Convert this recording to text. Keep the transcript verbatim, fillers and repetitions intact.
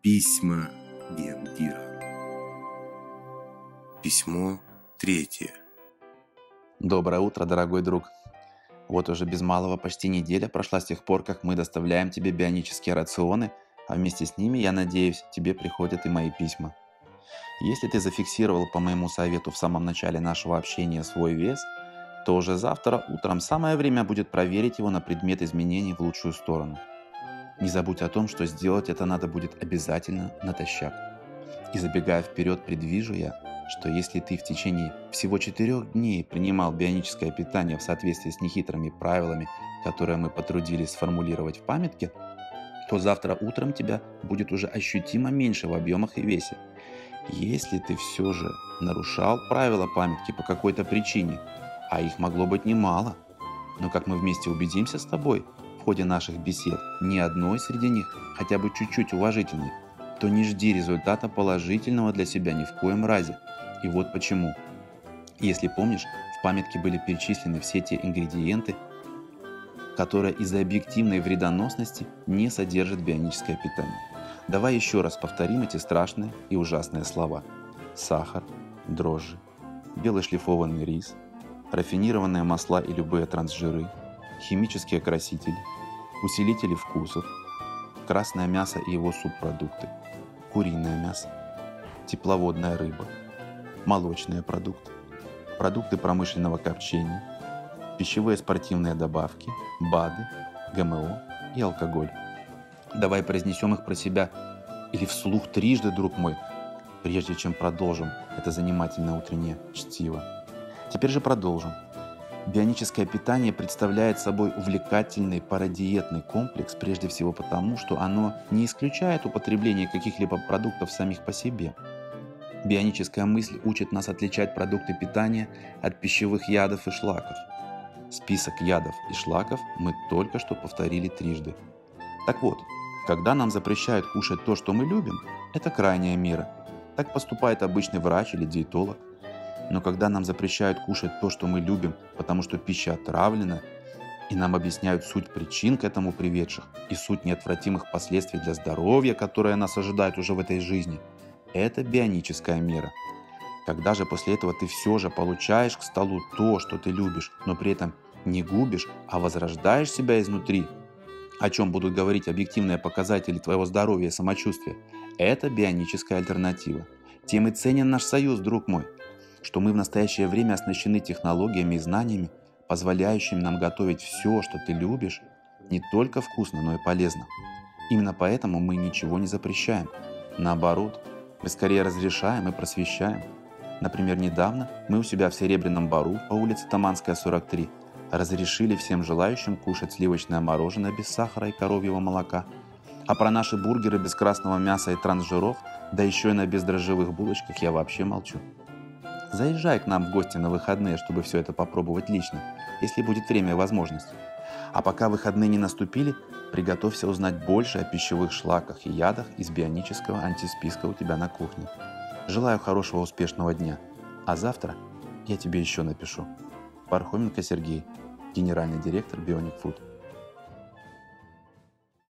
Письма Гендира. Письмо третье. Доброе утро, дорогой друг. Вот уже без малого почти неделя прошла с тех пор, как мы доставляем тебе бионические рационы, а вместе с ними, я надеюсь, тебе приходят и мои письма. Если ты зафиксировал по моему совету в самом начале нашего общения свой вес, то уже завтра утром самое время будет проверить его на предмет изменений в лучшую сторону. Не забудь о том, что сделать это надо будет обязательно натощак. И забегая вперед, предвижу я, что если ты в течение всего четырех дней принимал бионическое питание в соответствии с нехитрыми правилами, которые мы потрудились сформулировать в памятке, то завтра утром тебя будет уже ощутимо меньше в объемах и весе. Если ты все же нарушал правила памятки по какой-то причине, а их могло быть немало, но как мы вместе убедимся с тобой в ходе наших бесед, ни одной среди них хотя бы чуть-чуть уважительной, то не жди результата положительного для себя ни в коем разе. И вот почему. Если помнишь, в памятке были перечислены все те ингредиенты, которые из-за объективной вредоносности не содержат бионическое питание. Давай еще раз повторим эти страшные и ужасные слова. Сахар, дрожжи, белый шлифованный рис, рафинированные масла и любые трансжиры, химические красители, усилители вкусов, красное мясо и его субпродукты, куриное мясо, тепловодная рыба, молочные продукты, продукты промышленного копчения, пищевые спортивные добавки, БАДы, ГМО и алкоголь. Давай произнесем их про себя или вслух трижды, друг мой, прежде чем продолжим это занимательное утреннее чтиво. Теперь же продолжим. Бионическое питание представляет собой увлекательный парадиетный комплекс, прежде всего потому, что оно не исключает употребление каких-либо продуктов самих по себе. Бионическая мысль учит нас отличать продукты питания от пищевых ядов и шлаков. Список ядов и шлаков мы только что повторили трижды. Так вот, когда нам запрещают кушать то, что мы любим, это крайняя мера. Так поступает обычный врач или диетолог. Но когда нам запрещают кушать то, что мы любим, потому что пища отравлена, и нам объясняют суть причин к этому приведших и суть неотвратимых последствий для здоровья, которые нас ожидают уже в этой жизни, это бионическая мера. Когда же после этого ты все же получаешь к столу то, что ты любишь, но при этом не губишь, а возрождаешь себя изнутри, о чем будут говорить объективные показатели твоего здоровья и самочувствия, это бионическая альтернатива. Тем и ценен наш союз, друг мой, что мы в настоящее время оснащены технологиями и знаниями, позволяющими нам готовить все, что ты любишь, не только вкусно, но и полезно. Именно поэтому мы ничего не запрещаем. Наоборот, мы скорее разрешаем и просвещаем. Например, недавно мы у себя в Серебряном Бору по улице Таманская, сорок три, разрешили всем желающим кушать сливочное мороженое без сахара и коровьего молока. А про наши бургеры без красного мяса и трансжиров, да еще и на бездрожжевых булочках я вообще молчу. Заезжай к нам в гости на выходные, чтобы все это попробовать лично, если будет время и возможность. А пока выходные не наступили, приготовься узнать больше о пищевых шлаках и ядах из бионического антисписка у тебя на кухне. Желаю хорошего успешного дня. А завтра я тебе еще напишу. Пархоменко Сергей, генеральный директор Bionic Food.